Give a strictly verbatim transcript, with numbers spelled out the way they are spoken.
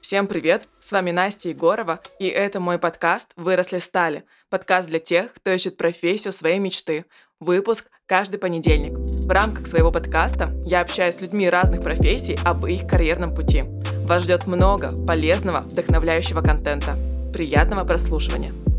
Всем привет! С вами Настя Егорова, и это мой подкаст «Выросли стали». Подкаст для тех, кто ищет профессию своей мечты. Выпуск каждый понедельник. В рамках своего подкаста я общаюсь с людьми разных профессий об их карьерном пути. Вас ждет много полезного, вдохновляющего контента. Приятного прослушивания!